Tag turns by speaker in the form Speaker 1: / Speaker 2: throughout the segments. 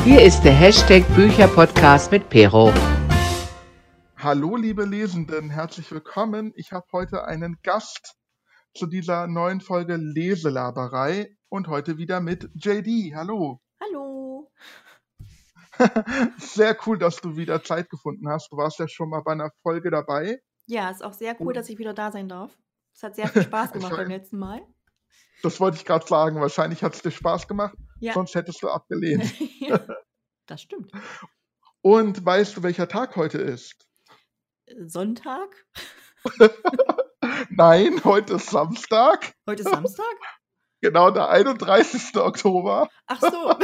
Speaker 1: Hier ist der Hashtag Bücherpodcast mit Pero.
Speaker 2: Hallo liebe Lesenden, herzlich willkommen. Ich habe heute einen Gast zu dieser neuen Folge Leselaberei und heute wieder mit JD. Hallo.
Speaker 3: Hallo.
Speaker 2: Sehr cool, dass du wieder Zeit gefunden hast. Du warst ja schon mal bei einer Folge dabei.
Speaker 3: Ja, ist auch sehr cool,
Speaker 2: Und
Speaker 3: dass ich wieder da sein darf. Es hat sehr viel Spaß gemacht beim
Speaker 2: wahrscheinlich,
Speaker 3: letzten Mal.
Speaker 2: das wollte ich gerade sagen, wahrscheinlich hat es dir Spaß gemacht,
Speaker 3: Ja,
Speaker 2: sonst hättest du abgelehnt.
Speaker 3: ja, das stimmt.
Speaker 2: Und weißt du, welcher Tag heute ist?
Speaker 3: Sonntag?
Speaker 2: Nein, heute ist Samstag,
Speaker 3: Heute ist Samstag?
Speaker 2: genau der 31. Oktober.
Speaker 3: Ach so.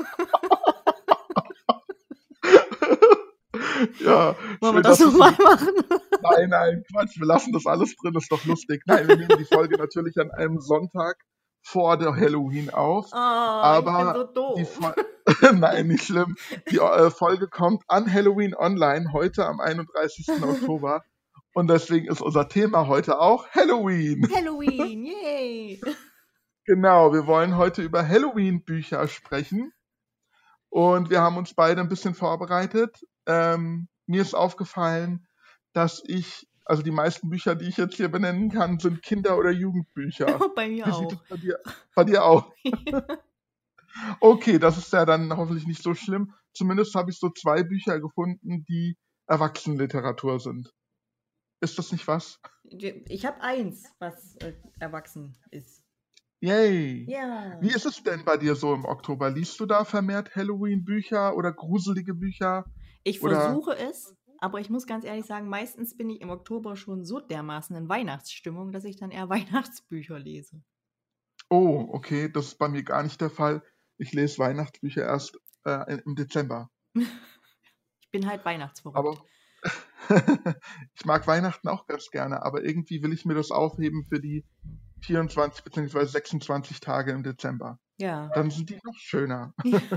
Speaker 2: Ja,
Speaker 3: Wollen wir
Speaker 2: schön,
Speaker 3: das
Speaker 2: dass du
Speaker 3: nochmal machen?
Speaker 2: Nein, Quatsch, wir lassen das alles drin, ist doch lustig. Nein, wir nehmen die Folge natürlich an einem Sonntag vor der Halloween auf,
Speaker 3: Oh, ich bin so
Speaker 2: aber die
Speaker 3: doof.
Speaker 2: Nein, nicht schlimm. Die Folge kommt an Halloween online, heute am 31. Oktober und deswegen ist unser Thema heute auch Halloween.
Speaker 3: Halloween, yay.
Speaker 2: Genau, wir wollen heute über Halloween-Bücher sprechen und wir haben uns beide ein bisschen vorbereitet. Mir ist aufgefallen, dass also die meisten Bücher, die ich jetzt hier benennen kann, sind Kinder- oder Jugendbücher.
Speaker 3: Bei mir
Speaker 2: Wie sieht es
Speaker 3: auch.
Speaker 2: bei dir aus? Okay, das ist ja dann hoffentlich nicht so schlimm. Zumindest habe ich so 2 Bücher gefunden, die Erwachsenenliteratur sind. Ist das nicht was?
Speaker 3: Ich habe eins, was erwachsen ist.
Speaker 2: Yay!
Speaker 3: Ja.
Speaker 2: Wie ist es denn bei dir so im Oktober? Liest du da vermehrt Halloween-Bücher oder gruselige Bücher?
Speaker 3: Ich
Speaker 2: Oder
Speaker 3: versuche es, aber ich muss ganz ehrlich sagen, meistens bin ich im Oktober schon so dermaßen in Weihnachtsstimmung, dass ich dann eher Weihnachtsbücher lese.
Speaker 2: oh, okay, das ist bei mir gar nicht der Fall. Ich lese Weihnachtsbücher erst im Dezember.
Speaker 3: Ich bin halt weihnachtsverrückt.
Speaker 2: Aber ich mag Weihnachten auch ganz gerne, aber irgendwie will ich mir das aufheben für die 24 bzw. 26 Tage im Dezember.
Speaker 3: Ja.
Speaker 2: Dann sind die noch schöner.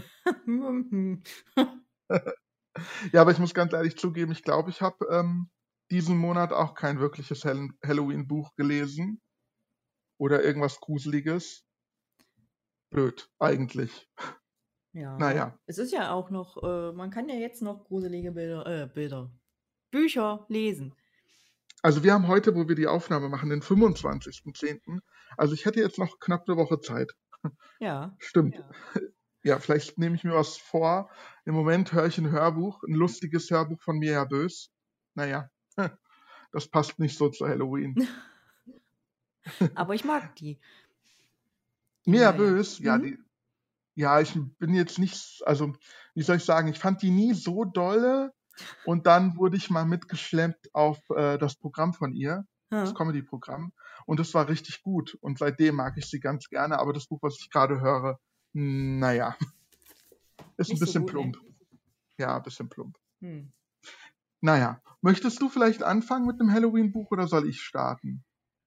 Speaker 2: Ja, aber ich muss ganz ehrlich zugeben, ich glaube, ich habe diesen Monat auch kein wirkliches Halloween-Buch gelesen oder irgendwas Gruseliges. Blöd, eigentlich.
Speaker 3: Ja.
Speaker 2: Naja,
Speaker 3: Es ist ja auch noch, man kann ja jetzt noch gruselige Bücher lesen.
Speaker 2: also wir haben heute, wo wir die Aufnahme machen, den 25.10. Also ich hätte jetzt noch knapp eine Woche Zeit.
Speaker 3: Ja.
Speaker 2: Stimmt. Ja, vielleicht nehme ich mir was vor. Im Moment höre ich ein Hörbuch, ein lustiges Hörbuch von Mia Bös. Naja, das passt nicht so zu Halloween.
Speaker 3: Aber ich mag die.
Speaker 2: Mia
Speaker 3: Mia, ja.
Speaker 2: Bös, ja, ich bin jetzt nicht, also wie soll ich sagen, ich fand die nie so dolle und dann wurde ich mal mitgeschleppt auf das Programm von ihr, das
Speaker 3: Hm.
Speaker 2: Comedy-Programm, und das war richtig gut und seitdem mag ich sie ganz gerne, aber das Buch, was ich gerade höre, naja, ist ein
Speaker 3: Nicht so
Speaker 2: bisschen
Speaker 3: gut, ne?
Speaker 2: plump. Ja, ein bisschen plump.
Speaker 3: Hm.
Speaker 2: Naja, möchtest du vielleicht anfangen mit dem Halloween-Buch oder soll ich starten?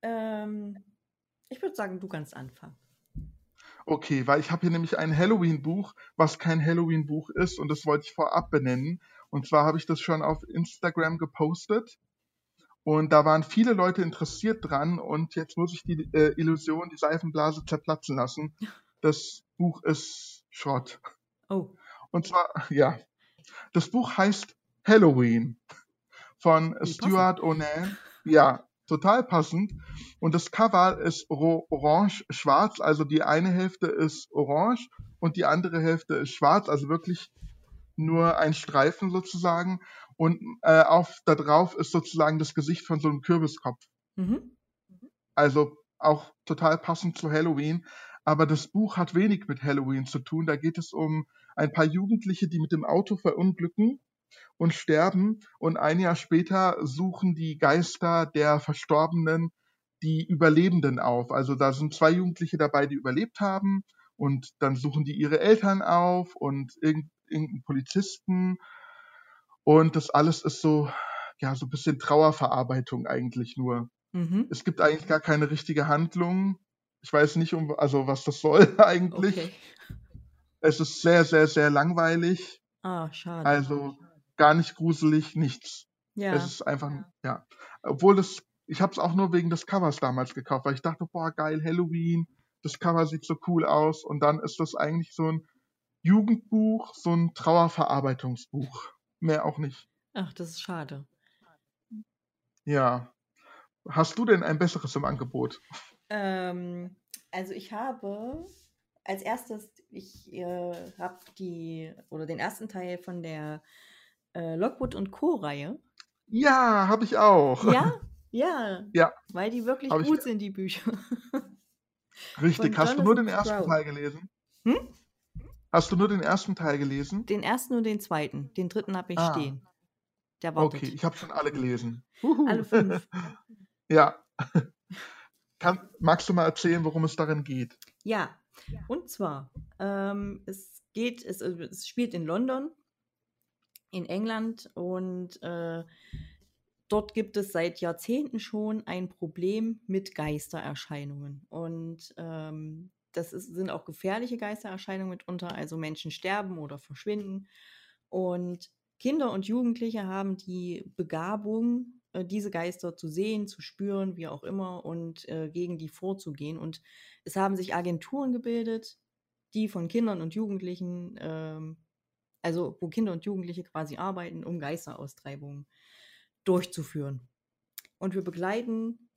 Speaker 3: Ich würde sagen, du kannst anfangen.
Speaker 2: Okay, weil ich habe hier nämlich ein Halloween-Buch, was kein Halloween-Buch ist und das wollte ich vorab benennen. Und zwar habe ich das schon auf Instagram gepostet und da waren viele Leute interessiert dran und jetzt muss ich die Illusion, die Seifenblase zerplatzen lassen. Das Buch ist Schrott.
Speaker 3: Oh.
Speaker 2: Und zwar, ja, das Buch heißt Halloween von
Speaker 3: Wie
Speaker 2: Stuart O'Neill. Ja, total passend. Und das Cover ist orange-schwarz, also die eine Hälfte ist orange und die andere Hälfte ist schwarz, also wirklich nur ein Streifen sozusagen. Und da drauf ist sozusagen das Gesicht von so einem Kürbiskopf.
Speaker 3: Mhm.
Speaker 2: Also auch total passend zu Halloween. Aber das Buch hat wenig mit Halloween zu tun. Da geht es um ein paar Jugendliche, die mit dem Auto verunglücken und sterben. Und ein Jahr später suchen die Geister der Verstorbenen die Überlebenden auf. Also da sind 2 Jugendliche dabei, die überlebt haben. Und dann suchen die ihre Eltern auf und irgendeinen Polizisten. Und das alles ist so, ja, so ein bisschen Trauerverarbeitung eigentlich nur.
Speaker 3: Mhm.
Speaker 2: Es gibt eigentlich gar keine richtige Handlung. Ich weiß nicht, also was das soll eigentlich.
Speaker 3: Okay.
Speaker 2: Es ist sehr, sehr, sehr langweilig.
Speaker 3: Ah, schade.
Speaker 2: Also gar nicht gruselig, nichts. Es
Speaker 3: Ja.
Speaker 2: ist einfach, ja. Obwohl ich habe es auch nur wegen des Covers damals gekauft, weil ich dachte, boah, geil, Halloween, das Cover sieht so cool aus. Und dann ist das eigentlich so ein Jugendbuch, so ein Trauerverarbeitungsbuch. Mehr auch nicht.
Speaker 3: Ach, das ist schade.
Speaker 2: Ja. Hast du denn ein besseres im Angebot?
Speaker 3: Also ich habe als erstes, ich habe den ersten Teil von der Lockwood und Co-Reihe.
Speaker 2: Ja, habe ich auch.
Speaker 3: Ja, ja,
Speaker 2: Ja,
Speaker 3: weil die wirklich
Speaker 2: habe ich.
Speaker 3: gut sind, die Bücher.
Speaker 2: Richtig.
Speaker 3: Von
Speaker 2: Hast du nur
Speaker 3: Jonathan
Speaker 2: den ersten
Speaker 3: Sprout.
Speaker 2: Teil gelesen?
Speaker 3: Hm?
Speaker 2: Hast du nur den ersten Teil gelesen?
Speaker 3: Den ersten und den zweiten. Den dritten habe ich
Speaker 2: Ah,
Speaker 3: stehen. Der
Speaker 2: okay.
Speaker 3: wartet.
Speaker 2: Ich habe schon alle gelesen.
Speaker 3: Alle 5.
Speaker 2: Ja. Magst du mal erzählen, worum es darin geht?
Speaker 3: Ja, und zwar, es spielt in London, in England, und dort gibt es seit Jahrzehnten schon ein Problem mit Geistererscheinungen. Und sind auch gefährliche Geistererscheinungen mitunter, also Menschen sterben oder verschwinden. Und Kinder und Jugendliche haben die Begabung, diese Geister zu sehen, zu spüren, wie auch immer, und gegen die vorzugehen. Und es haben sich Agenturen gebildet, die von Kindern und Jugendlichen, also wo Kinder und Jugendliche quasi arbeiten, um Geisteraustreibungen durchzuführen. Und wir begleiten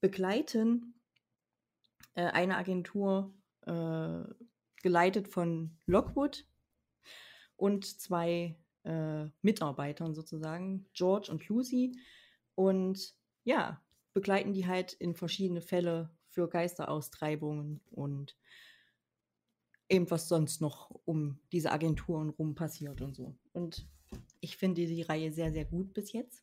Speaker 3: eine Agentur, geleitet von Lockwood und 2 Mitarbeitern sozusagen, George und Lucy. Und ja, begleiten die halt in verschiedene Fälle für Geisteraustreibungen und eben was sonst noch um diese Agenturen rum passiert und so. Und ich finde die Reihe sehr, sehr gut bis jetzt.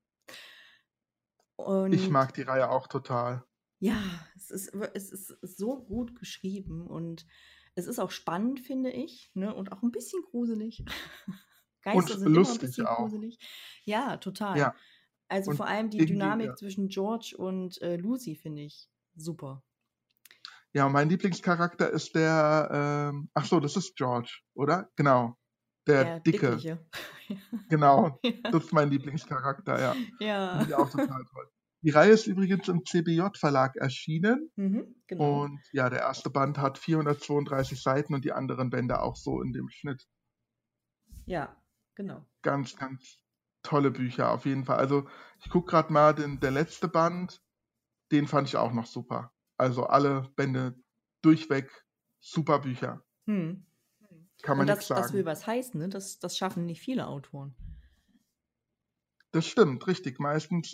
Speaker 2: Ich
Speaker 3: Und
Speaker 2: mag die Reihe auch total.
Speaker 3: ja, es ist so gut geschrieben und es ist auch spannend, finde ich, ne? Und auch ein bisschen gruselig. Geister
Speaker 2: Und
Speaker 3: sind immer ein
Speaker 2: lustig
Speaker 3: bisschen
Speaker 2: auch.
Speaker 3: gruselig. Ja, total.
Speaker 2: Ja.
Speaker 3: Also
Speaker 2: Und
Speaker 3: vor allem die
Speaker 2: irgendwie,
Speaker 3: Dynamik zwischen George und Lucy finde ich super.
Speaker 2: ja, mein Lieblingscharakter ist ach so, das ist George, oder? Genau. Der
Speaker 3: Der
Speaker 2: Dicke.
Speaker 3: Dickliche.
Speaker 2: Genau.
Speaker 3: Ja.
Speaker 2: Das ist mein Lieblingscharakter, ja.
Speaker 3: Ja.
Speaker 2: Finde ich auch total toll. Die Reihe ist übrigens im CBJ-Verlag erschienen.
Speaker 3: Genau.
Speaker 2: Und ja, der erste Band hat 432 Seiten und die anderen Bände auch so in dem Schnitt.
Speaker 3: Ja, genau.
Speaker 2: Ganz, ganz tolle Bücher auf jeden Fall. Also ich gucke gerade mal, der letzte Band, den fand ich auch noch super. Also alle Bände durchweg super Bücher.
Speaker 3: Hm.
Speaker 2: Kann man
Speaker 3: Und
Speaker 2: nichts
Speaker 3: das will
Speaker 2: sagen.
Speaker 3: was heißen, ne? Das schaffen nicht viele Autoren.
Speaker 2: Das stimmt, richtig. Meistens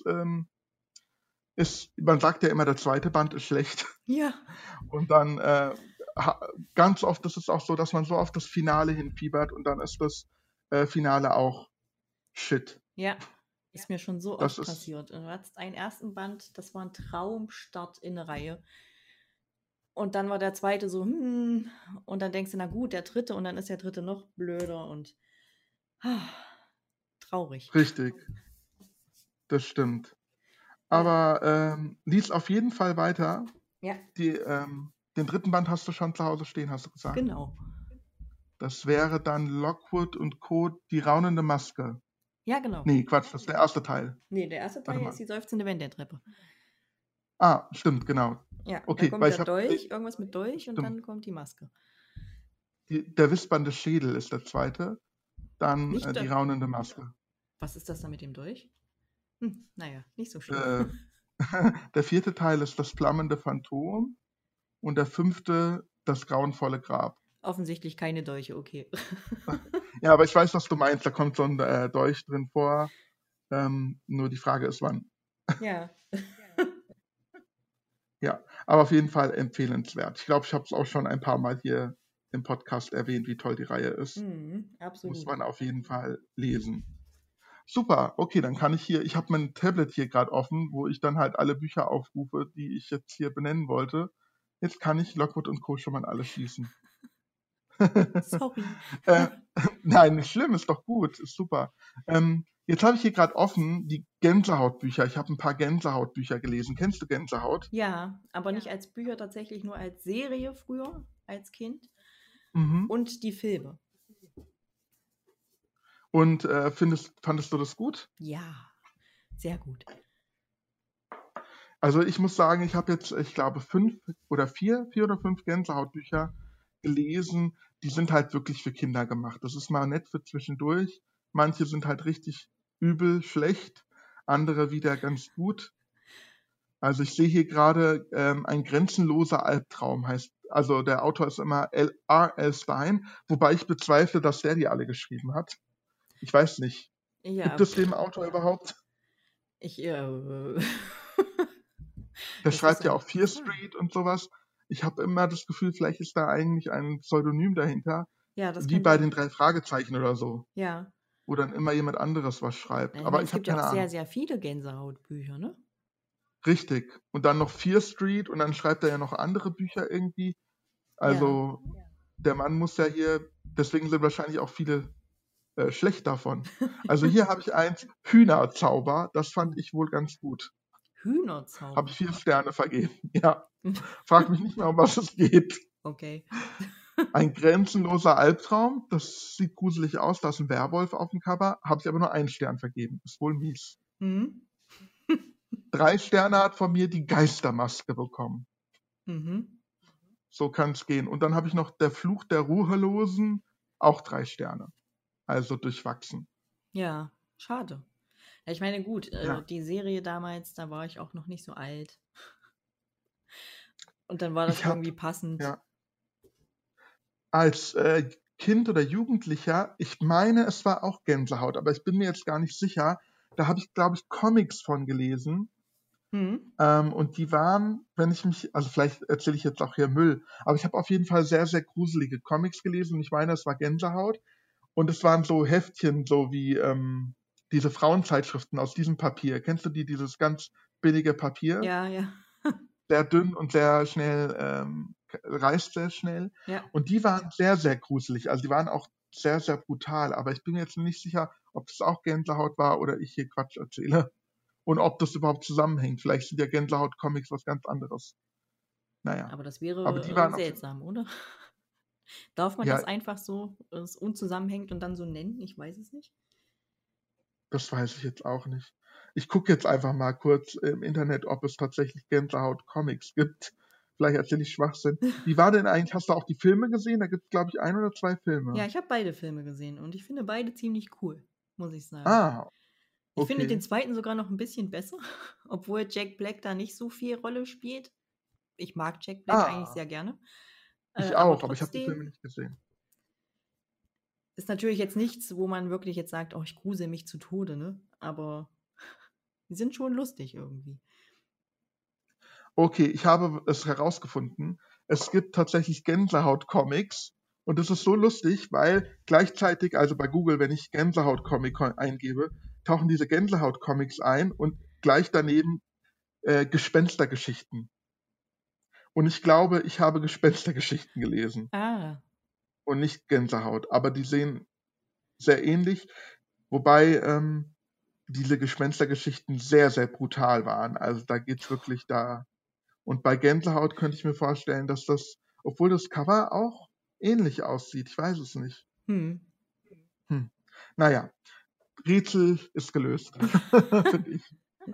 Speaker 2: man sagt ja immer, der zweite Band ist schlecht.
Speaker 3: Ja.
Speaker 2: Und dann ganz oft ist es auch so, dass man so auf das Finale hinfiebert und dann ist das Finale auch Shit.
Speaker 3: Ja, ist mir schon so
Speaker 2: Das
Speaker 3: oft
Speaker 2: ist
Speaker 3: passiert. Du hattest einen ersten Band, das war ein Traumstart in eine Reihe. Und dann war der zweite so, und dann denkst du, na gut, der dritte, und dann ist der dritte noch blöder und traurig.
Speaker 2: richtig. Das stimmt.
Speaker 3: Ja.
Speaker 2: Aber lies auf jeden Fall weiter.
Speaker 3: Ja,
Speaker 2: Den dritten Band hast du schon zu Hause stehen, hast du gesagt.
Speaker 3: genau.
Speaker 2: Das wäre dann Lockwood und Co. Die raunende Maske.
Speaker 3: Ja, genau.
Speaker 2: Nee, Quatsch, das ist der erste Teil.
Speaker 3: Nee, der erste
Speaker 2: Warte
Speaker 3: Teil
Speaker 2: mal.
Speaker 3: ist die seufzende Wendeltreppe.
Speaker 2: Ah, stimmt, genau.
Speaker 3: Ja,
Speaker 2: Okay,
Speaker 3: da kommt
Speaker 2: weil
Speaker 3: der Dolch, irgendwas mit Dolch, und
Speaker 2: stimmt.
Speaker 3: dann kommt die Maske.
Speaker 2: Der wispernde Schädel ist der zweite. Dann
Speaker 3: Nicht
Speaker 2: die
Speaker 3: der-
Speaker 2: raunende Maske.
Speaker 3: Was ist das da mit dem Dolch? Naja, nicht so schlimm.
Speaker 2: Der vierte Teil ist das flammende Phantom und der fünfte das grauenvolle Grab.
Speaker 3: Offensichtlich keine Dolche, okay.
Speaker 2: Ja, aber ich weiß, was du meinst. Da kommt so ein Dolch drin vor. Nur die Frage ist, wann.
Speaker 3: Ja.
Speaker 2: Ja, aber auf jeden Fall empfehlenswert. Ich glaube, ich habe es auch schon ein paar Mal hier im Podcast erwähnt, wie toll die Reihe ist.
Speaker 3: Absolut.
Speaker 2: Muss man auf jeden Fall lesen. Super, okay, dann kann ich habe mein Tablet hier gerade offen, wo ich dann halt alle Bücher aufrufe, die ich jetzt hier benennen wollte. Jetzt kann ich Lockwood und Co. schon mal alle schließen.
Speaker 3: Sorry.
Speaker 2: Nein, nicht schlimm, ist doch gut, ist super. Jetzt habe ich hier gerade offen die Gänsehautbücher. Ich habe ein paar Gänsehautbücher gelesen. Kennst du Gänsehaut?
Speaker 3: Ja, aber nicht als Bücher, tatsächlich nur als Serie früher, als Kind.
Speaker 2: Mhm.
Speaker 3: Und die Filme.
Speaker 2: Und fandest du das gut?
Speaker 3: Ja, sehr gut.
Speaker 2: Also ich muss sagen, ich habe jetzt, ich glaube, 4 oder 5 Gänsehautbücher gelesen. die sind halt wirklich für Kinder gemacht. Das ist mal nett für zwischendurch. Manche sind halt richtig übel, schlecht, andere wieder ganz gut. Also ich sehe hier gerade ein grenzenloser Albtraum heißt, also der Autor ist immer R.L. Stein, wobei ich bezweifle, dass der die alle geschrieben hat. Ich weiß nicht.
Speaker 3: Ja,
Speaker 2: Gibt es den Autor überhaupt?
Speaker 3: ich,
Speaker 2: Der
Speaker 3: das
Speaker 2: schreibt
Speaker 3: ist
Speaker 2: ja
Speaker 3: eine
Speaker 2: auch
Speaker 3: gute
Speaker 2: Fear
Speaker 3: Frage.
Speaker 2: Street und sowas. Ich habe immer das Gefühl, vielleicht ist da eigentlich ein Pseudonym dahinter,
Speaker 3: Ja, das
Speaker 2: wie
Speaker 3: kann
Speaker 2: bei den
Speaker 3: sein.
Speaker 2: 3 Fragezeichen oder so,
Speaker 3: Ja.
Speaker 2: wo dann immer jemand anderes was schreibt.
Speaker 3: Ich meine,
Speaker 2: Aber
Speaker 3: es
Speaker 2: ich habe
Speaker 3: gibt ja auch
Speaker 2: keine
Speaker 3: sehr,
Speaker 2: Ahnung.
Speaker 3: sehr viele Gänsehautbücher, ne?
Speaker 2: Richtig. Und dann noch Fear Street und dann schreibt er ja noch andere Bücher irgendwie.
Speaker 3: Ja.
Speaker 2: Also der Mann muss ja hier, deswegen sind wahrscheinlich auch viele schlecht davon. Also hier habe ich eins, Hühnerzauber, das fand
Speaker 3: Oh,
Speaker 2: ich wohl ganz gut. Habe
Speaker 3: Hühnerzauber.
Speaker 2: ich 4 Sterne vergeben. Ja, frag mich nicht mehr, um was es geht.
Speaker 3: Okay.
Speaker 2: Ein grenzenloser Albtraum, das sieht gruselig aus, da ist ein Werwolf auf dem Cover, habe ich aber nur 1 Stern vergeben. Ist wohl mies.
Speaker 3: Mhm.
Speaker 2: 3 Sterne hat von mir die Geistermaske bekommen.
Speaker 3: Mhm.
Speaker 2: So kann es gehen. Und dann habe ich noch der Fluch der Ruhelosen, auch 3 Sterne. Also durchwachsen.
Speaker 3: Ja, schade. Ja, ich meine, gut,
Speaker 2: Ja,
Speaker 3: die Serie damals, da war ich auch noch nicht so alt. Und dann war das
Speaker 2: ich habe
Speaker 3: irgendwie passend.
Speaker 2: ja, als Kind oder Jugendlicher, ich meine, es war auch Gänsehaut, aber ich bin mir jetzt gar nicht sicher. Da habe ich, glaube ich, Comics von gelesen.
Speaker 3: Mhm.
Speaker 2: Und die waren, wenn ich mich, also vielleicht erzähle ich jetzt auch hier Müll, aber ich habe auf jeden Fall sehr, sehr gruselige Comics gelesen und ich meine, es war Gänsehaut. Und es waren so Heftchen, so wie diese Frauenzeitschriften aus diesem Papier. Kennst du die, dieses ganz billige Papier?
Speaker 3: Ja, ja.
Speaker 2: Sehr dünn und sehr schnell, reißt sehr schnell.
Speaker 3: Ja.
Speaker 2: Und die waren sehr, sehr gruselig. Also die waren auch sehr, sehr brutal. Aber ich bin mir jetzt nicht sicher, ob das auch Gänsehaut war oder ich hier Quatsch erzähle. Und ob das überhaupt zusammenhängt. Vielleicht sind ja Gänsehaut-Comics was ganz anderes. Naja.
Speaker 3: Aber das
Speaker 2: Aber die
Speaker 3: wäre
Speaker 2: waren auf jeden Fall,
Speaker 3: seltsam, oder? Darf man das
Speaker 2: ja,
Speaker 3: einfach so, es unzusammenhängt und dann so nennen? Ich weiß es nicht.
Speaker 2: das weiß ich jetzt auch nicht. Ich gucke jetzt einfach mal kurz im Internet, ob es tatsächlich Gänsehaut-Comics gibt. Vielleicht erzähle ich Schwachsinn. Wie war denn eigentlich, hast du auch die Filme gesehen? Da gibt es, glaube ich, 1 oder 2
Speaker 3: Ja,
Speaker 2: Filme.
Speaker 3: ich habe beide Filme gesehen und ich finde beide ziemlich cool, muss ich sagen.
Speaker 2: Ah,
Speaker 3: Ich finde den
Speaker 2: okay.
Speaker 3: zweiten sogar noch ein bisschen besser, obwohl Jack Black da nicht so viel Rolle spielt. Ich mag Jack Black eigentlich
Speaker 2: Ah,
Speaker 3: sehr gerne.
Speaker 2: ich
Speaker 3: Aber
Speaker 2: auch, aber ich habe die Filme
Speaker 3: trotzdem
Speaker 2: nicht gesehen.
Speaker 3: ist natürlich jetzt nichts, wo man wirklich jetzt sagt, oh, ich grusel mich zu Tode, ne? Aber die sind schon lustig irgendwie.
Speaker 2: Okay, ich habe es herausgefunden. Es gibt tatsächlich Gänsehaut-Comics und das ist so lustig, weil gleichzeitig, also bei Google, wenn ich Gänsehaut-Comic eingebe, tauchen diese Gänsehaut-Comics ein und gleich daneben Gespenstergeschichten. Und ich glaube, ich habe Gespenstergeschichten gelesen
Speaker 3: Ah.
Speaker 2: und nicht Gänsehaut, aber die sehen sehr ähnlich, wobei diese Gespenstergeschichten sehr, sehr brutal waren. Also da geht's wirklich da. Und bei Gänsehaut könnte ich mir vorstellen, dass das, obwohl das Cover auch ähnlich aussieht, ich weiß es nicht.
Speaker 3: Hm.
Speaker 2: Hm. Naja, Rätsel ist gelöst, finde ich.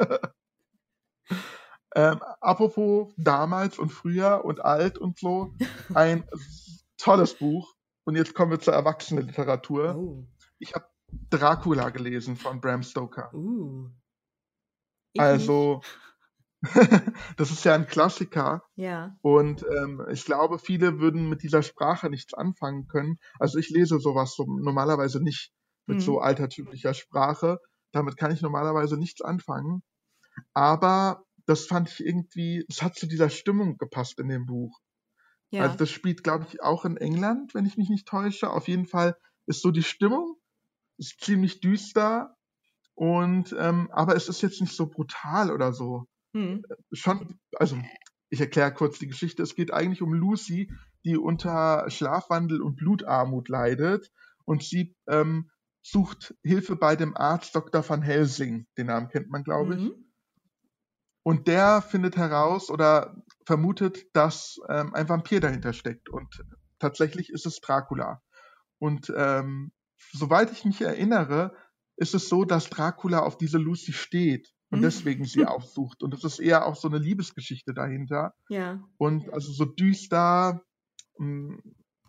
Speaker 2: Apropos damals und früher und alt und so, ein tolles Buch. Und jetzt kommen wir zur Erwachsenenliteratur.
Speaker 3: Oh.
Speaker 2: Ich habe Dracula gelesen von Bram Stoker.
Speaker 3: Ich nicht.
Speaker 2: Also, das ist ja ein Klassiker.
Speaker 3: Ja.
Speaker 2: Und ich glaube, viele würden mit dieser Sprache nichts anfangen können. Also ich lese sowas so normalerweise nicht mit so
Speaker 3: Hm.
Speaker 2: altertümlicher Sprache. Damit kann ich normalerweise nichts anfangen. Aber das fand ich irgendwie, es hat zu dieser Stimmung gepasst in dem Buch. Also
Speaker 3: Ja.
Speaker 2: das spielt, glaube ich, auch in England, wenn ich mich nicht täusche. Auf jeden Fall ist so die Stimmung, ist ziemlich düster und aber es ist jetzt nicht so brutal oder so.
Speaker 3: Hm.
Speaker 2: Schon, also ich erkläre kurz die Geschichte. Es geht eigentlich um Lucy, die unter Schlafwandel und Blutarmut leidet und sie sucht Hilfe bei dem Arzt Dr. Van Helsing. Den Namen kennt man, glaube ich.
Speaker 3: Hm.
Speaker 2: Und der findet heraus oder vermutet, dass ein Vampir dahinter steckt. Und tatsächlich ist es Dracula. Und soweit ich mich erinnere, ist es so, dass Dracula auf diese Lucy steht und
Speaker 3: Hm.
Speaker 2: deswegen sie aufsucht. Und es ist eher auch so eine Liebesgeschichte dahinter.
Speaker 3: Ja.
Speaker 2: Und also so düster,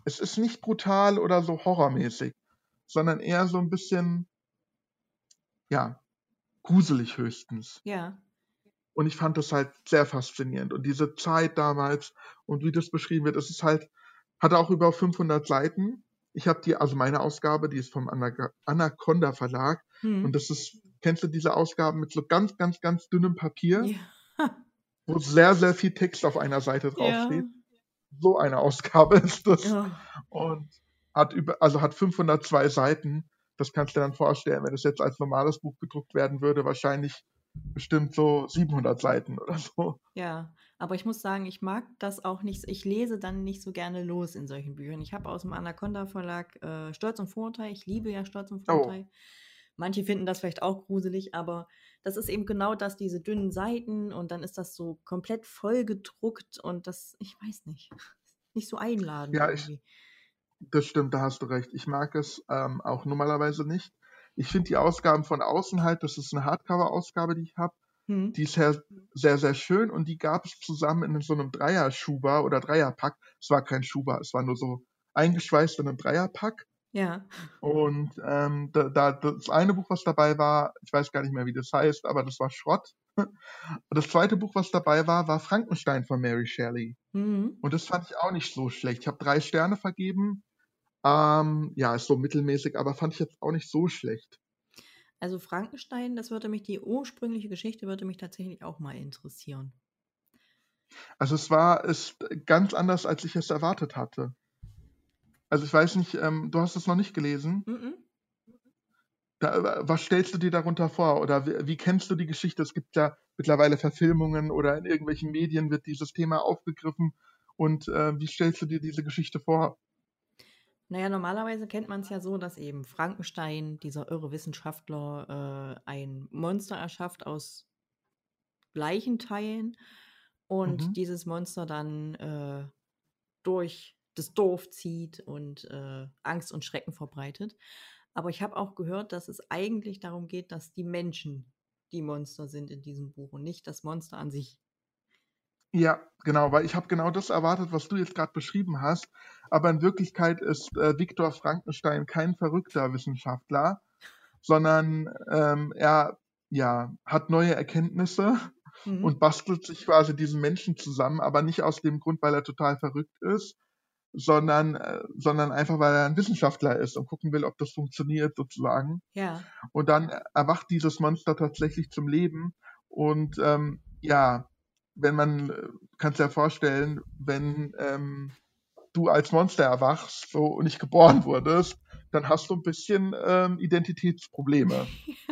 Speaker 2: es ist nicht brutal oder so horrormäßig, sondern eher so ein bisschen, ja, gruselig höchstens.
Speaker 3: Ja.
Speaker 2: Und ich fand das halt sehr faszinierend. Und diese Zeit damals und wie das beschrieben wird, es ist halt, hat auch über 500 Seiten. Ich habe also meine Ausgabe, die ist vom Anaconda Verlag. Und das ist, kennst du diese Ausgaben mit so ganz, ganz, ganz dünnem Papier,
Speaker 3: Ja.
Speaker 2: wo sehr, sehr viel Text auf einer Seite
Speaker 3: Ja.
Speaker 2: draufsteht? So eine Ausgabe ist das.
Speaker 3: Ja.
Speaker 2: Und hat 502 Seiten. Das kannst du dir dann vorstellen, wenn es jetzt als normales Buch gedruckt werden würde, wahrscheinlich bestimmt so 700 Seiten oder so.
Speaker 3: Ja, aber ich muss sagen, ich mag das auch nicht. Ich lese dann nicht so gerne los in solchen Büchern. Ich habe aus dem Anaconda Verlag Stolz und Vorurteil. Ich liebe ja Stolz und
Speaker 2: Oh,
Speaker 3: Vorurteil. Manche finden das vielleicht auch gruselig, aber das ist eben genau das, diese dünnen Seiten und dann ist das so komplett voll gedruckt und das, ich weiß nicht, nicht so einladend
Speaker 2: ja,
Speaker 3: irgendwie.
Speaker 2: das stimmt, da hast du recht. Ich mag es auch normalerweise nicht. Ich finde die Ausgaben von außen halt, das ist eine Hardcover-Ausgabe, die ich habe, die ist sehr, sehr, sehr schön und die gab es zusammen in so einem Dreierschuber oder Dreierpack. Es war kein Schuber, es war nur so eingeschweißt in einem Dreierpack.
Speaker 3: Ja,
Speaker 2: Und das eine Buch, was dabei war, ich weiß gar nicht mehr, wie das heißt, aber das war Schrott. Und das zweite Buch, was dabei war Frankenstein von Mary Shelley.
Speaker 3: mhm.
Speaker 2: Und das fand ich auch nicht so schlecht. Ich habe 3 Sterne vergeben. Ja, ist so mittelmäßig, aber fand ich jetzt auch nicht so schlecht.
Speaker 3: Also Frankenstein, die ursprüngliche Geschichte würde mich tatsächlich auch mal interessieren.
Speaker 2: Also ist ganz anders, als ich es erwartet hatte. Also ich weiß nicht, du hast es noch nicht gelesen.
Speaker 3: Mhm.
Speaker 2: Was stellst du dir darunter vor? Oder wie kennst du die Geschichte? Es gibt ja mittlerweile Verfilmungen oder in irgendwelchen Medien wird dieses Thema aufgegriffen. Und wie stellst du dir diese Geschichte vor?
Speaker 3: Naja, normalerweise kennt man es ja so, dass eben Frankenstein, dieser irre Wissenschaftler, ein Monster erschafft aus Leichenteilen und
Speaker 2: Mhm.
Speaker 3: dieses Monster dann durch das Dorf zieht und Angst und Schrecken verbreitet. Aber ich habe auch gehört, dass es eigentlich darum geht, dass die Menschen die Monster sind in diesem Buch und nicht das Monster an sich.
Speaker 2: Ja, genau, weil ich habe genau das erwartet, was du jetzt gerade beschrieben hast. Aber in Wirklichkeit ist Viktor Frankenstein kein verrückter Wissenschaftler, sondern er hat neue Erkenntnisse
Speaker 3: Mhm.
Speaker 2: und bastelt sich quasi diesen Menschen zusammen, aber nicht aus dem Grund, weil er total verrückt ist, sondern einfach, weil er ein Wissenschaftler ist und gucken will, ob das funktioniert sozusagen.
Speaker 3: Ja.
Speaker 2: Und dann erwacht dieses Monster tatsächlich zum Leben. Und wenn man, kannst dir ja vorstellen, wenn du als Monster erwachst so, und nicht geboren wurdest, dann hast du ein bisschen Identitätsprobleme.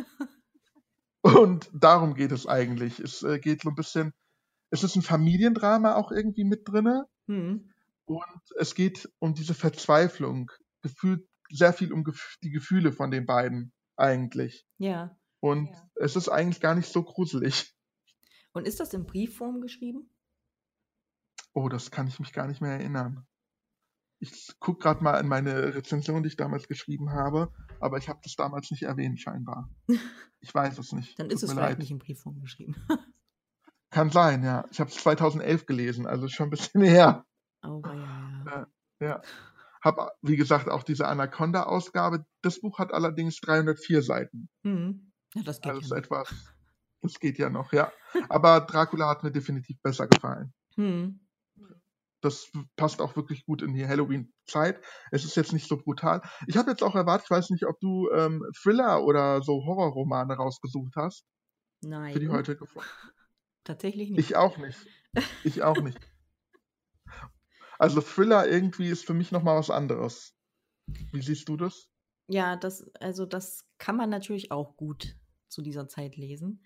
Speaker 2: Und darum geht es eigentlich. Es geht so ein bisschen, es ist ein Familiendrama auch irgendwie mit drinne.
Speaker 3: Mhm.
Speaker 2: Und es geht um diese Verzweiflung, gefühlt sehr viel um die Gefühle von den beiden eigentlich.
Speaker 3: Ja.
Speaker 2: Und es ist eigentlich gar nicht so gruselig.
Speaker 3: Und ist das in Briefform geschrieben?
Speaker 2: Oh, das kann ich mich gar nicht mehr erinnern. Ich gucke gerade mal in meine Rezension, die ich damals geschrieben habe, aber ich habe das damals nicht erwähnt, scheinbar. Ich weiß es nicht.
Speaker 3: Dann ist
Speaker 2: Tut
Speaker 3: es
Speaker 2: mir
Speaker 3: vielleicht
Speaker 2: leid.
Speaker 3: nicht in Briefform geschrieben.
Speaker 2: Kann sein, ja. Ich habe es 2011 gelesen, also schon ein bisschen her.
Speaker 3: Ja.
Speaker 2: Ja. Habe, wie gesagt, auch diese Anaconda-Ausgabe. Das Buch hat allerdings 304 Seiten.
Speaker 3: Mhm. Ja, das geht
Speaker 2: Also
Speaker 3: ja
Speaker 2: ist
Speaker 3: noch.
Speaker 2: etwas, das geht ja noch, ja. Aber Dracula hat mir definitiv besser gefallen.
Speaker 3: Mhm.
Speaker 2: Das passt auch wirklich gut in die Halloween-Zeit. Es ist jetzt nicht so brutal. Ich habe jetzt auch erwartet, ich weiß nicht, ob du Thriller oder so Horrorromane rausgesucht hast für die
Speaker 3: Nein,
Speaker 2: heutige Folge.
Speaker 3: tatsächlich nicht.
Speaker 2: Ich auch nicht. Ich auch nicht. Also Thriller irgendwie ist für mich nochmal was anderes. Wie siehst du das?
Speaker 3: Ja, das kann man natürlich auch gut zu dieser Zeit lesen.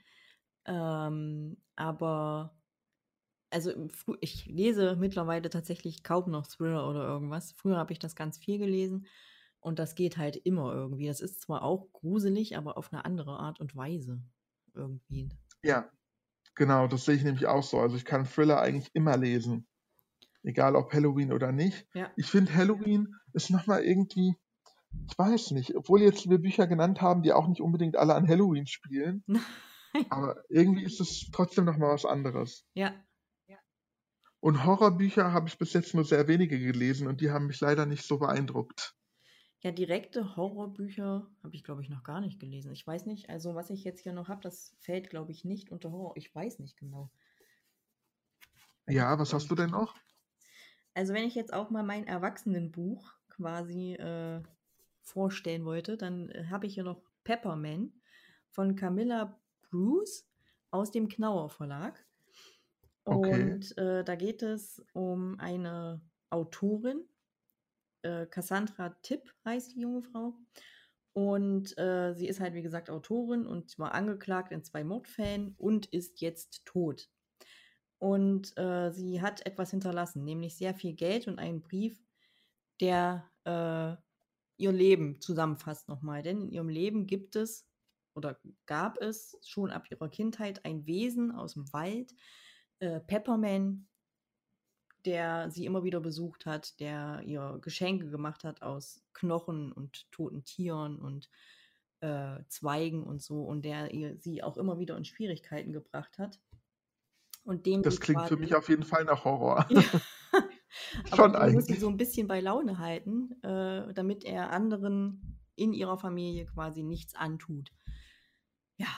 Speaker 3: Aber also ich lese mittlerweile tatsächlich kaum noch Thriller oder irgendwas. Früher habe ich das ganz viel gelesen und das geht halt immer irgendwie. Das ist zwar auch gruselig, aber auf eine andere Art und Weise irgendwie.
Speaker 2: Ja, genau, das sehe ich nämlich auch so. Also ich kann Thriller eigentlich immer lesen. Egal ob Halloween oder nicht.
Speaker 3: Ja.
Speaker 2: Ich finde Halloween ist nochmal irgendwie, ich weiß nicht, obwohl jetzt wir Bücher genannt haben, die auch nicht unbedingt alle an Halloween spielen, aber irgendwie ist es trotzdem nochmal was anderes.
Speaker 3: Ja.
Speaker 2: Und Horrorbücher habe ich bis jetzt nur sehr wenige gelesen und die haben mich leider nicht so beeindruckt.
Speaker 3: Ja, direkte Horrorbücher habe ich, glaube ich, noch gar nicht gelesen. Ich weiß nicht, also was ich jetzt hier noch habe, das fällt, glaube ich, nicht unter Horror. Ich weiß nicht genau.
Speaker 2: Ja, was hast du denn noch?
Speaker 3: Also wenn ich jetzt auch mal mein Erwachsenenbuch quasi vorstellen wollte, dann habe ich hier noch Pepperman von Camilla Bruce aus dem Knauer Verlag.
Speaker 2: Okay.
Speaker 3: Und da geht es um eine Autorin, Cassandra Tipp heißt die junge Frau. Und sie ist halt, wie gesagt, Autorin und war angeklagt in 2 Mordfällen und ist jetzt tot. Und sie hat etwas hinterlassen, nämlich sehr viel Geld und einen Brief, der ihr Leben zusammenfasst nochmal. Denn in ihrem Leben gibt es oder gab es schon ab ihrer Kindheit ein Wesen aus dem Wald, Pepperman, der sie immer wieder besucht hat, der ihr Geschenke gemacht hat aus Knochen und toten Tieren und Zweigen und so und der sie auch immer wieder in Schwierigkeiten gebracht hat. Und dem
Speaker 2: Das
Speaker 3: sie
Speaker 2: klingt für mich auf jeden Fall nach Horror.
Speaker 3: Ja. Aber
Speaker 2: Schon
Speaker 3: den muss sie
Speaker 2: eigentlich.
Speaker 3: so ein bisschen bei Laune halten, damit er anderen in ihrer Familie quasi nichts antut. Ja,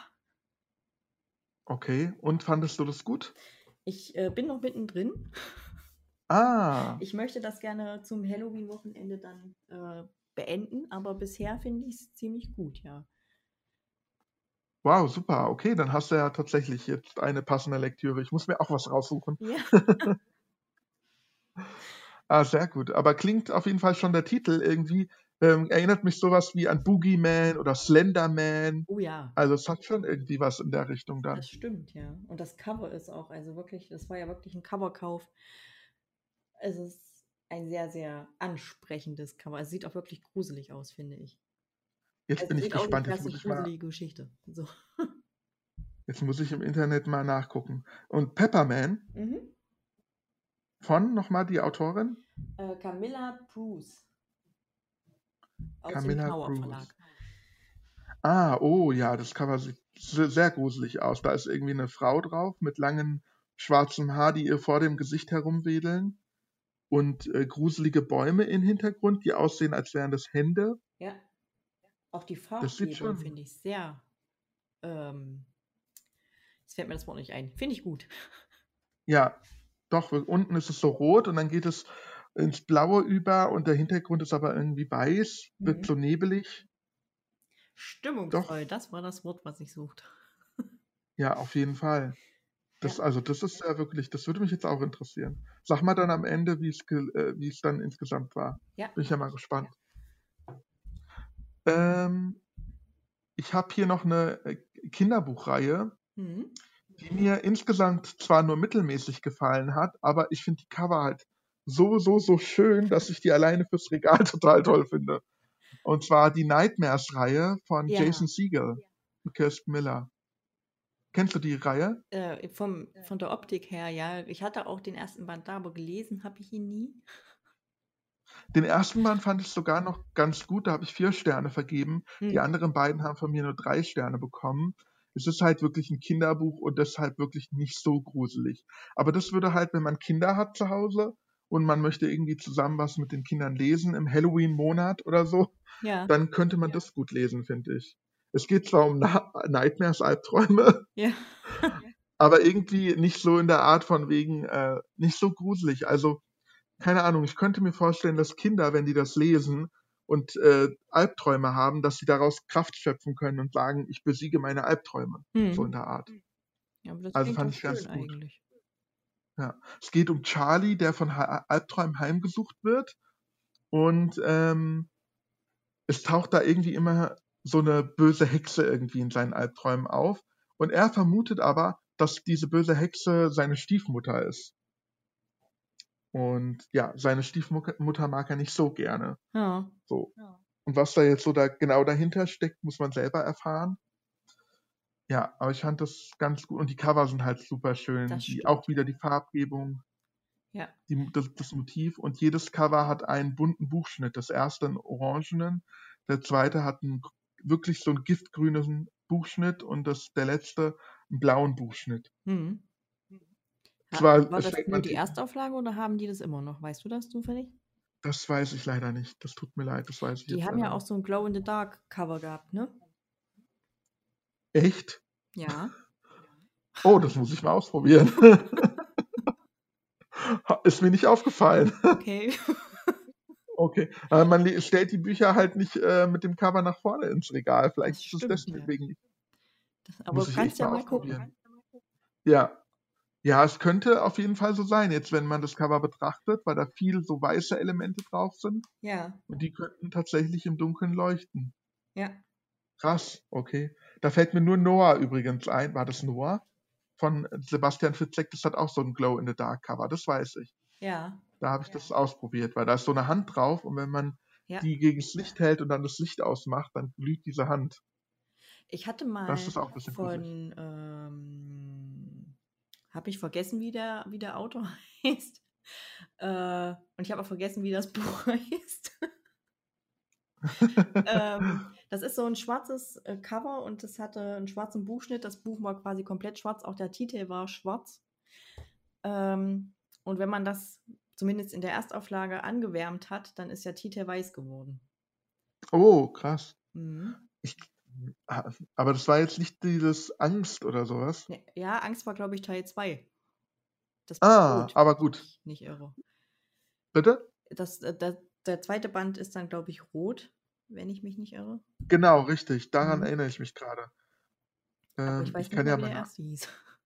Speaker 2: Okay. Und fandest du das gut?
Speaker 3: ich bin noch mittendrin.
Speaker 2: Ah,
Speaker 3: Ich möchte das gerne zum Halloween-Wochenende dann beenden, aber bisher finde ich es ziemlich gut, ja.
Speaker 2: wow, super. Okay, dann hast du ja tatsächlich jetzt eine passende Lektüre. Ich muss mir auch was raussuchen.
Speaker 3: Ja,
Speaker 2: Ah, sehr gut. Aber klingt auf jeden Fall schon der Titel irgendwie, erinnert mich sowas wie an Boogeyman oder Slenderman.
Speaker 3: oh ja,
Speaker 2: Also es hat schon irgendwie was in der Richtung dann.
Speaker 3: das stimmt, ja. Und das Cover ist auch, also wirklich, das war ja wirklich ein Coverkauf. Es ist ein sehr, sehr ansprechendes Cover. Es sieht auch wirklich gruselig aus, finde ich.
Speaker 2: Jetzt
Speaker 3: Also
Speaker 2: bin ich
Speaker 3: sieht aus wie eine
Speaker 2: gespannt.
Speaker 3: klassisch gruselige Geschichte. So.
Speaker 2: Jetzt muss ich im Internet mal nachgucken. Und Pepperman
Speaker 3: Mhm.
Speaker 2: von nochmal die Autorin?
Speaker 3: Camilla Bruce aus dem
Speaker 2: Camilla
Speaker 3: Knauer
Speaker 2: Cruz.
Speaker 3: Verlag.
Speaker 2: Ah, oh ja, das Cover sieht sehr gruselig aus. Da ist irgendwie eine Frau drauf mit langem schwarzem Haar, die ihr vor dem Gesicht herumwedeln. Und gruselige Bäume im Hintergrund, die aussehen, als wären das Hände.
Speaker 3: Ja, auch die
Speaker 2: Das sieht
Speaker 3: Farbgebung
Speaker 2: schon.
Speaker 3: finde ich sehr. Jetzt fällt mir das Wort nicht ein. Finde ich gut.
Speaker 2: Ja, doch, unten ist es so rot und dann geht es ins Blaue über und der Hintergrund ist aber irgendwie weiß, wird so nebelig.
Speaker 3: Stimmungsvoll, das war das Wort, was ich suchte.
Speaker 2: Ja, auf jeden Fall.
Speaker 3: Ja.
Speaker 2: Das ist ja wirklich, das würde mich jetzt auch interessieren. Sag mal dann am Ende, wie es dann insgesamt war.
Speaker 3: Ja.
Speaker 2: Bin ich ja mal gespannt. Ich habe hier noch eine Kinderbuchreihe,
Speaker 3: Mhm.
Speaker 2: die mir insgesamt zwar nur mittelmäßig gefallen hat, aber ich finde die Cover halt so schön, dass ich die alleine fürs Regal total toll finde. Und zwar die Nightmares-Reihe von
Speaker 3: Ja.
Speaker 2: Jason Segel und Kirsten Miller. Kennst du die Reihe?
Speaker 3: Von der Optik her, ja. Ich hatte auch den ersten Band da, aber gelesen habe ich ihn nie.
Speaker 2: Den ersten Band fand ich sogar noch ganz gut, da habe ich 4 Sterne vergeben. Die anderen beiden haben von mir nur 3 Sterne bekommen. Es ist halt wirklich ein Kinderbuch und deshalb wirklich nicht so gruselig. Aber das würde halt, wenn man Kinder hat zu Hause und man möchte irgendwie zusammen was mit den Kindern lesen im Halloween-Monat oder so,
Speaker 3: Ja.
Speaker 2: dann könnte man das gut lesen, finde ich. Es geht zwar um Nightmares, Albträume,
Speaker 3: Ja.
Speaker 2: aber irgendwie nicht so in der Art von wegen, nicht so gruselig. Also keine Ahnung, ich könnte mir vorstellen, dass Kinder, wenn die das lesen und Albträume haben, dass sie daraus Kraft schöpfen können und sagen, ich besiege meine Albträume. So in der Art.
Speaker 3: Ja, aber das
Speaker 2: Also
Speaker 3: klingt
Speaker 2: fand
Speaker 3: doch
Speaker 2: ich ganz
Speaker 3: schön
Speaker 2: gut.
Speaker 3: eigentlich.
Speaker 2: Ja. Es geht um Charlie, der von Albträumen heimgesucht wird. Und es taucht da irgendwie immer so eine böse Hexe irgendwie in seinen Albträumen auf. Und er vermutet aber, dass diese böse Hexe seine Stiefmutter ist. Und ja, seine Stiefmutter mag er nicht so gerne.
Speaker 3: Ja.
Speaker 2: So. Und was da jetzt so genau dahinter steckt, muss man selber erfahren. Ja, aber ich fand das ganz gut. Und die Cover sind halt super schön.
Speaker 3: Das stimmt,
Speaker 2: Auch wieder die Farbgebung,
Speaker 3: Ja.
Speaker 2: das Motiv. Und jedes Cover hat einen bunten Buchschnitt. Das erste einen orangenen, der zweite hat wirklich so einen giftgrünen Buchschnitt und der letzte einen blauen Buchschnitt.
Speaker 3: Mhm.
Speaker 2: Zwar,
Speaker 3: War
Speaker 2: es
Speaker 3: das
Speaker 2: fällt
Speaker 3: nur
Speaker 2: man
Speaker 3: die Erstauflage oder haben die das immer noch? Weißt du das zufällig?
Speaker 2: Das weiß ich leider nicht. Das tut mir leid, das weiß ich
Speaker 3: Die
Speaker 2: jetzt
Speaker 3: haben ja
Speaker 2: leider
Speaker 3: auch
Speaker 2: nicht.
Speaker 3: so ein Glow-in-the-Dark-Cover gehabt, ne?
Speaker 2: Echt?
Speaker 3: Ja.
Speaker 2: Oh, das muss ich mal ausprobieren. Ist mir nicht aufgefallen.
Speaker 3: Okay.
Speaker 2: Okay. Man stellt die Bücher halt nicht mit dem Cover nach vorne ins Regal. Vielleicht
Speaker 3: Das
Speaker 2: ist es
Speaker 3: stimmt, ja.
Speaker 2: deswegen nicht.
Speaker 3: Aber
Speaker 2: Muss
Speaker 3: du
Speaker 2: ich
Speaker 3: kannst
Speaker 2: echt
Speaker 3: ja
Speaker 2: mal
Speaker 3: mal gucken.
Speaker 2: ausprobieren. Ja. Ja, es könnte auf jeden Fall so sein, jetzt wenn man das Cover betrachtet, weil da viel so weiße Elemente drauf sind
Speaker 3: Ja,
Speaker 2: und die könnten tatsächlich im Dunkeln leuchten.
Speaker 3: ja,
Speaker 2: Krass, okay. Da fällt mir nur Noah übrigens ein. War das Noah? Von Sebastian Fitzek, das hat auch so ein Glow-in-the-Dark-Cover, das weiß ich.
Speaker 3: ja,
Speaker 2: Da habe ich das ausprobiert, weil da ist so eine Hand drauf und wenn man
Speaker 3: ja.
Speaker 2: die gegen das Licht hält und dann das Licht ausmacht, dann glüht diese Hand.
Speaker 3: Ich hatte
Speaker 2: Das
Speaker 3: mal
Speaker 2: ist auch ein bisschen gruselig.
Speaker 3: von, habe ich vergessen, wie der Autor heißt. Und ich habe auch vergessen, wie das Buch heißt. Das ist so ein schwarzes Cover und es hatte einen schwarzen Buchschnitt. Das Buch war quasi komplett schwarz, auch der Titel war schwarz. Und wenn man das zumindest in der Erstauflage angewärmt hat, dann ist der Titel weiß geworden.
Speaker 2: Oh, krass.
Speaker 3: Mhm.
Speaker 2: Aber das war jetzt nicht dieses Angst oder sowas.
Speaker 3: Ne, ja, Angst war, glaube ich, Teil 2. Das
Speaker 2: Ah,
Speaker 3: Rot,
Speaker 2: aber
Speaker 3: wenn
Speaker 2: gut.
Speaker 3: ich nicht irre.
Speaker 2: Bitte?
Speaker 3: Der zweite Band ist dann, glaube ich, rot, wenn ich mich nicht irre.
Speaker 2: Genau, richtig. Daran
Speaker 3: Mhm.
Speaker 2: erinnere ich mich gerade.
Speaker 3: Aber ich
Speaker 2: Ich
Speaker 3: weiß nicht
Speaker 2: kann
Speaker 3: mehr,
Speaker 2: ja
Speaker 3: wie
Speaker 2: mal
Speaker 3: der erste hieß.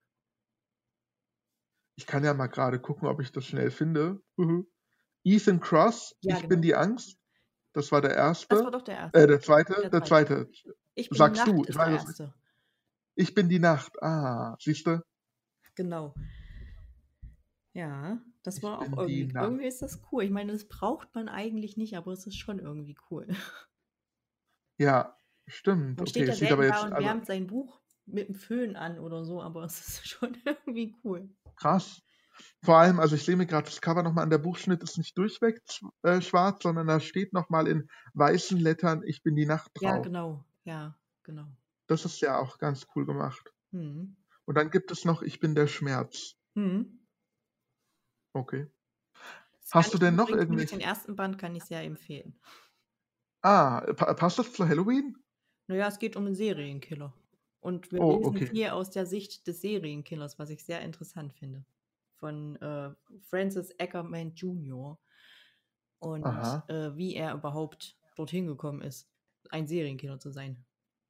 Speaker 2: gerade gucken, ob ich das schnell finde. Ethan Cross,
Speaker 3: Ja,
Speaker 2: Ich bin
Speaker 3: genau.
Speaker 2: die Angst. Das war der
Speaker 3: Das war
Speaker 2: erste.
Speaker 3: doch der erste.
Speaker 2: Der zweite.
Speaker 3: Der zweite.
Speaker 2: Der zweite.
Speaker 3: Ich bin die
Speaker 2: Sagst
Speaker 3: Nacht
Speaker 2: du, ich
Speaker 3: ist der
Speaker 2: weiß es nicht.
Speaker 3: erste.
Speaker 2: Ich bin die Nacht. Ah, siehst du?
Speaker 3: Genau. Ja, das
Speaker 2: Ich
Speaker 3: war auch
Speaker 2: bin die Nacht.
Speaker 3: irgendwie ist das cool. Ich meine, das braucht man eigentlich nicht, aber es ist schon irgendwie cool.
Speaker 2: Ja, stimmt.
Speaker 3: Man
Speaker 2: Okay,
Speaker 3: steht ja
Speaker 2: es sieht aber
Speaker 3: selten da
Speaker 2: jetzt,
Speaker 3: und
Speaker 2: also
Speaker 3: wärmt sein Buch mit dem Föhn an oder so, aber es ist schon irgendwie cool.
Speaker 2: krass. Vor allem, also ich sehe mir gerade das Cover nochmal an, der Buchschnitt ist nicht durchweg schwarz, sondern da steht nochmal in weißen Lettern, ich bin die Nacht
Speaker 3: Ja,
Speaker 2: drauf.
Speaker 3: genau. Ja, genau.
Speaker 2: Das ist ja auch ganz cool gemacht.
Speaker 3: Mhm.
Speaker 2: Und dann gibt es noch, ich bin der Schmerz.
Speaker 3: Mhm.
Speaker 2: Okay.
Speaker 3: Das kann
Speaker 2: Hast du
Speaker 3: ich
Speaker 2: denn noch
Speaker 3: übrigens, den
Speaker 2: irgendwelche?
Speaker 3: ersten Band kann ich sehr empfehlen.
Speaker 2: Passt das zu Halloween?
Speaker 3: Naja, es geht um einen Serienkiller. Und wir
Speaker 2: Oh,
Speaker 3: lesen
Speaker 2: okay.
Speaker 3: viel aus der Sicht des Serienkillers, was ich sehr interessant finde. Von Francis Ackerman Jr. Und
Speaker 2: Aha.
Speaker 3: wie er überhaupt dorthin gekommen ist, ein Serienkiller zu sein.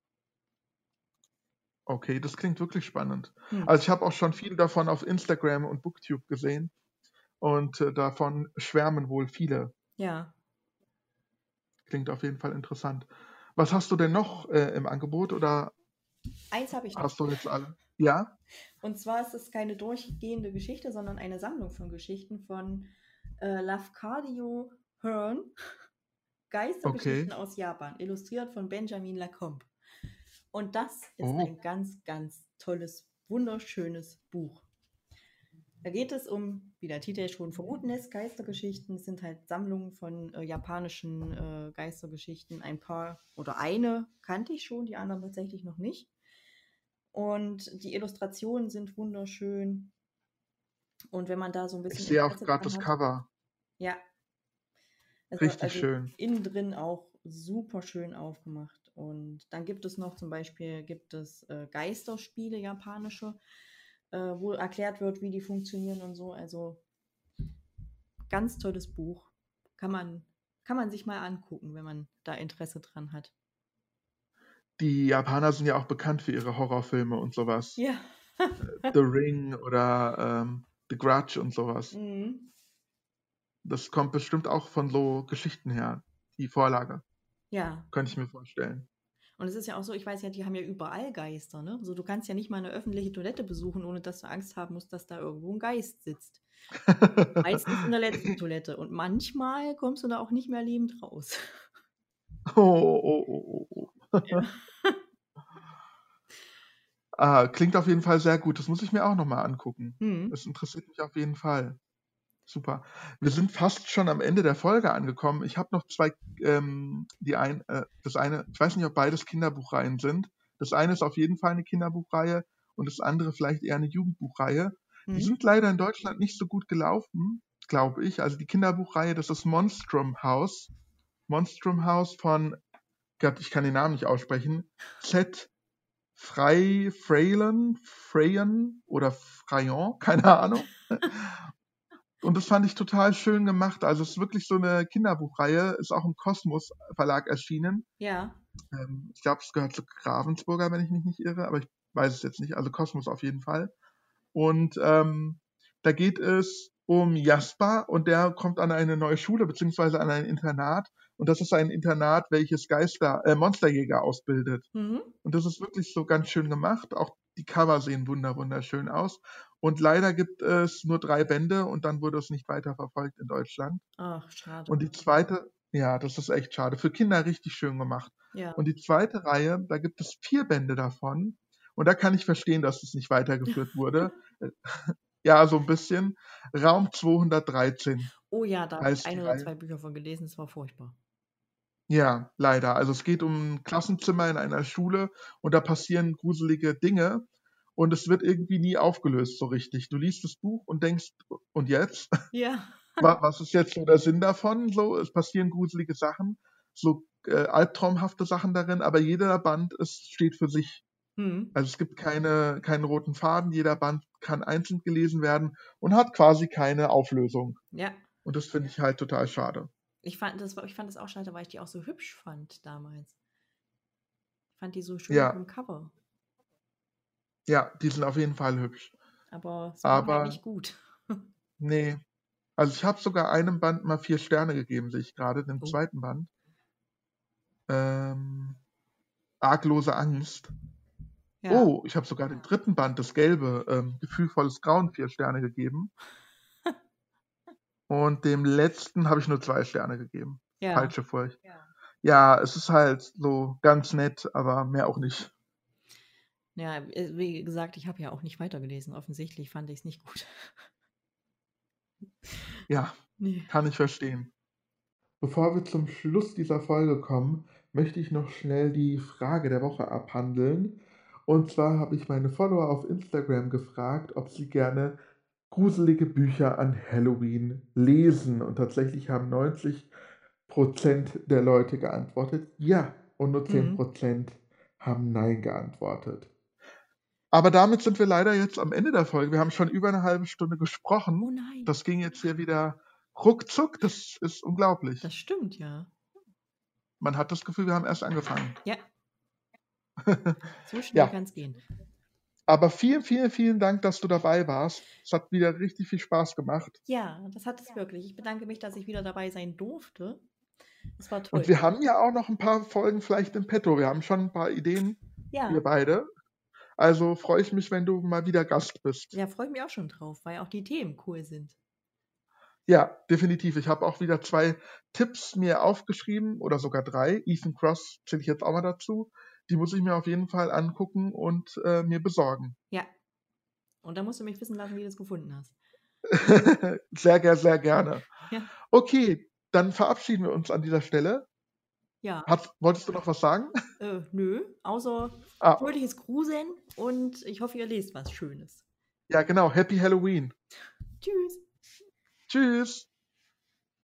Speaker 2: Okay, das klingt wirklich spannend.
Speaker 3: Hm.
Speaker 2: Also ich habe auch schon viel davon auf Instagram und Booktube gesehen und davon schwärmen wohl viele.
Speaker 3: Ja.
Speaker 2: Klingt auf jeden Fall interessant. Was hast du denn noch im Angebot oder
Speaker 3: Eins habe ich noch.
Speaker 2: hast du jetzt alle? Ja?
Speaker 3: Und zwar ist es keine durchgehende Geschichte, sondern eine Sammlung von Geschichten von Lafcadio Hearn. Geistergeschichten
Speaker 2: Okay.
Speaker 3: aus Japan, illustriert von Benjamin Lacombe. Und das ist
Speaker 2: Oh,
Speaker 3: ein ganz, ganz tolles, wunderschönes Buch. Da geht es um, wie der Titel schon vermuten lässt, Geistergeschichten. Es sind halt Sammlungen von japanischen Geistergeschichten. Ein paar oder eine kannte ich schon, die anderen tatsächlich noch nicht. Und die Illustrationen sind wunderschön. Und wenn man da so ein
Speaker 2: ich
Speaker 3: bisschen
Speaker 2: sehe auch
Speaker 3: Interesse
Speaker 2: gerade
Speaker 3: dran
Speaker 2: das
Speaker 3: hat,
Speaker 2: Cover.
Speaker 3: ja,
Speaker 2: Richtig
Speaker 3: also
Speaker 2: schön.
Speaker 3: innen drin auch super schön aufgemacht. Und dann gibt es noch zum Beispiel Geisterspiele, japanische, wo erklärt wird, wie die funktionieren und so. Also ganz tolles Buch. Kann man sich mal angucken, wenn man da Interesse dran hat.
Speaker 2: Die Japaner sind ja auch bekannt für ihre Horrorfilme und sowas.
Speaker 3: Ja.
Speaker 2: The Ring oder The Grudge und sowas.
Speaker 3: Mhm.
Speaker 2: Das kommt bestimmt auch von so Geschichten her, die Vorlage.
Speaker 3: Ja.
Speaker 2: Könnte ich mir vorstellen.
Speaker 3: Und es ist ja auch so, ich weiß ja, die haben ja überall Geister, ne? Also du kannst ja nicht mal eine öffentliche Toilette besuchen, ohne dass du Angst haben musst, dass da irgendwo ein Geist sitzt. Meistens in der letzten Toilette. Und manchmal kommst du da auch nicht mehr lebend raus.
Speaker 2: Oh.
Speaker 3: Ja.
Speaker 2: Klingt auf jeden Fall sehr gut. Das muss ich mir auch nochmal angucken.
Speaker 3: Mhm.
Speaker 2: Das interessiert mich auf jeden Fall. Super. Wir sind fast schon am Ende der Folge angekommen. Ich habe noch zwei, das eine, ich weiß nicht, ob beides Kinderbuchreihen sind. Das eine ist auf jeden Fall eine Kinderbuchreihe und das andere vielleicht eher eine Jugendbuchreihe. Die
Speaker 3: Mhm.
Speaker 2: sind leider in Deutschland nicht so gut gelaufen, glaube ich. Also die Kinderbuchreihe, das ist Monstrum House. Monstrum House von, Gott, ich kann den Namen nicht aussprechen, Z. Freyan oder Frayon, keine Ahnung. Und das fand ich total schön gemacht. Also es ist wirklich so eine Kinderbuchreihe, ist auch im Kosmos Verlag erschienen.
Speaker 3: Ja.
Speaker 2: Ich glaube, es gehört zu Ravensburger, wenn ich mich nicht irre, aber ich weiß es jetzt nicht. Also Kosmos auf jeden Fall. Und da geht es um Jasper und der kommt an eine neue Schule beziehungsweise an ein Internat. Und das ist ein Internat, welches Monsterjäger ausbildet.
Speaker 3: Mhm.
Speaker 2: Und das ist wirklich so ganz schön gemacht. Auch die Cover sehen wunderschön aus. Und leider gibt es nur 3 Bände und dann wurde es nicht weiter verfolgt in Deutschland.
Speaker 3: Ach, schade.
Speaker 2: Und die zweite, ja, das ist echt schade. Für Kinder richtig schön gemacht.
Speaker 3: Ja.
Speaker 2: Und die zweite Reihe, da gibt es 4 Bände davon. Und da kann ich verstehen, dass es nicht weitergeführt wurde. Ja, so ein bisschen. Raum 213
Speaker 3: Oh ja, da habe ich
Speaker 2: heißt die
Speaker 3: 1 oder
Speaker 2: Reihe.
Speaker 3: 2 Bücher von gelesen, es war furchtbar.
Speaker 2: Ja, leider. Also es geht um ein Klassenzimmer in einer Schule und da passieren gruselige Dinge und es wird irgendwie nie aufgelöst so richtig. Du liest das Buch und denkst, und jetzt?
Speaker 3: Ja.
Speaker 2: Was ist jetzt so der Sinn davon? So, es passieren gruselige Sachen, so albtraumhafte Sachen darin, aber jeder Band steht für sich.
Speaker 3: Mhm.
Speaker 2: Also es gibt keinen roten Faden, jeder Band kann einzeln gelesen werden und hat quasi keine Auflösung.
Speaker 3: Ja.
Speaker 2: Und das finde ich halt total schade.
Speaker 3: Ich fand das auch schade, weil ich die auch so hübsch fand damals. Ich fand die so schön
Speaker 2: Ja,
Speaker 3: vom Cover.
Speaker 2: ja, die sind auf jeden Fall hübsch.
Speaker 3: Aber es war halt
Speaker 2: Aber
Speaker 3: nicht gut.
Speaker 2: nee, also ich habe sogar einem Band mal 4 Sterne gegeben, sehe ich gerade, dem
Speaker 3: Oh.
Speaker 2: zweiten Band. Arglose Angst.
Speaker 3: Ja.
Speaker 2: Oh, ich habe sogar dem dritten Band, das gelbe, Gefühlvolles Grauen 4 Sterne gegeben. Und dem letzten habe ich nur 2 Sterne gegeben.
Speaker 3: Ja.
Speaker 2: Falsche Furcht. Ja, es ist halt so ganz nett, aber mehr auch nicht.
Speaker 3: Ja, wie gesagt, ich habe ja auch nicht weitergelesen. Offensichtlich fand ich es nicht gut.
Speaker 2: Ja,
Speaker 3: Nee.
Speaker 2: kann ich verstehen. Bevor wir zum Schluss dieser Folge kommen, möchte ich noch schnell die Frage der Woche abhandeln. Und zwar habe ich meine Follower auf Instagram gefragt, ob sie gerne gruselige Bücher an Halloween lesen. Und tatsächlich haben 90% der Leute geantwortet ja und nur 10% haben nein geantwortet. Aber damit sind wir leider jetzt am Ende der Folge. Wir haben schon über eine halbe Stunde gesprochen.
Speaker 3: Oh nein.
Speaker 2: Das ging jetzt hier wieder ruckzuck. Das ist unglaublich.
Speaker 3: Das stimmt, ja.
Speaker 2: Man hat das Gefühl, wir haben erst angefangen.
Speaker 3: Ja. So schnell
Speaker 2: Ja.
Speaker 3: kann es gehen.
Speaker 2: Aber vielen Dank, dass du dabei warst. Es hat wieder richtig viel Spaß gemacht.
Speaker 3: Ja, das hat es wirklich. Ich bedanke mich, dass ich wieder dabei sein durfte. Es war toll.
Speaker 2: Und wir haben ja auch noch ein paar Folgen vielleicht im Petto. Wir haben schon ein paar Ideen,
Speaker 3: Ja.
Speaker 2: wir beide. Also freue ich mich, wenn du mal wieder Gast bist.
Speaker 3: Ja, freue ich mich auch schon drauf, weil auch die Themen cool sind.
Speaker 2: Ja, definitiv. Ich habe auch wieder 2 Tipps mir aufgeschrieben oder sogar 3. Ethan Cross zähle ich jetzt auch mal dazu. Die muss ich mir auf jeden Fall angucken und mir besorgen.
Speaker 3: Ja. Und da musst du mich wissen lassen, wie du es gefunden hast.
Speaker 2: Sehr gerne.
Speaker 3: Ja.
Speaker 2: Okay, dann verabschieden wir uns an dieser Stelle.
Speaker 3: Ja.
Speaker 2: Wolltest du noch was sagen?
Speaker 3: Nö, außer
Speaker 2: Ah,
Speaker 3: fröhliches Gruseln und ich hoffe, ihr lest was Schönes.
Speaker 2: ja, genau. Happy Halloween.
Speaker 3: Tschüss.
Speaker 2: Tschüss.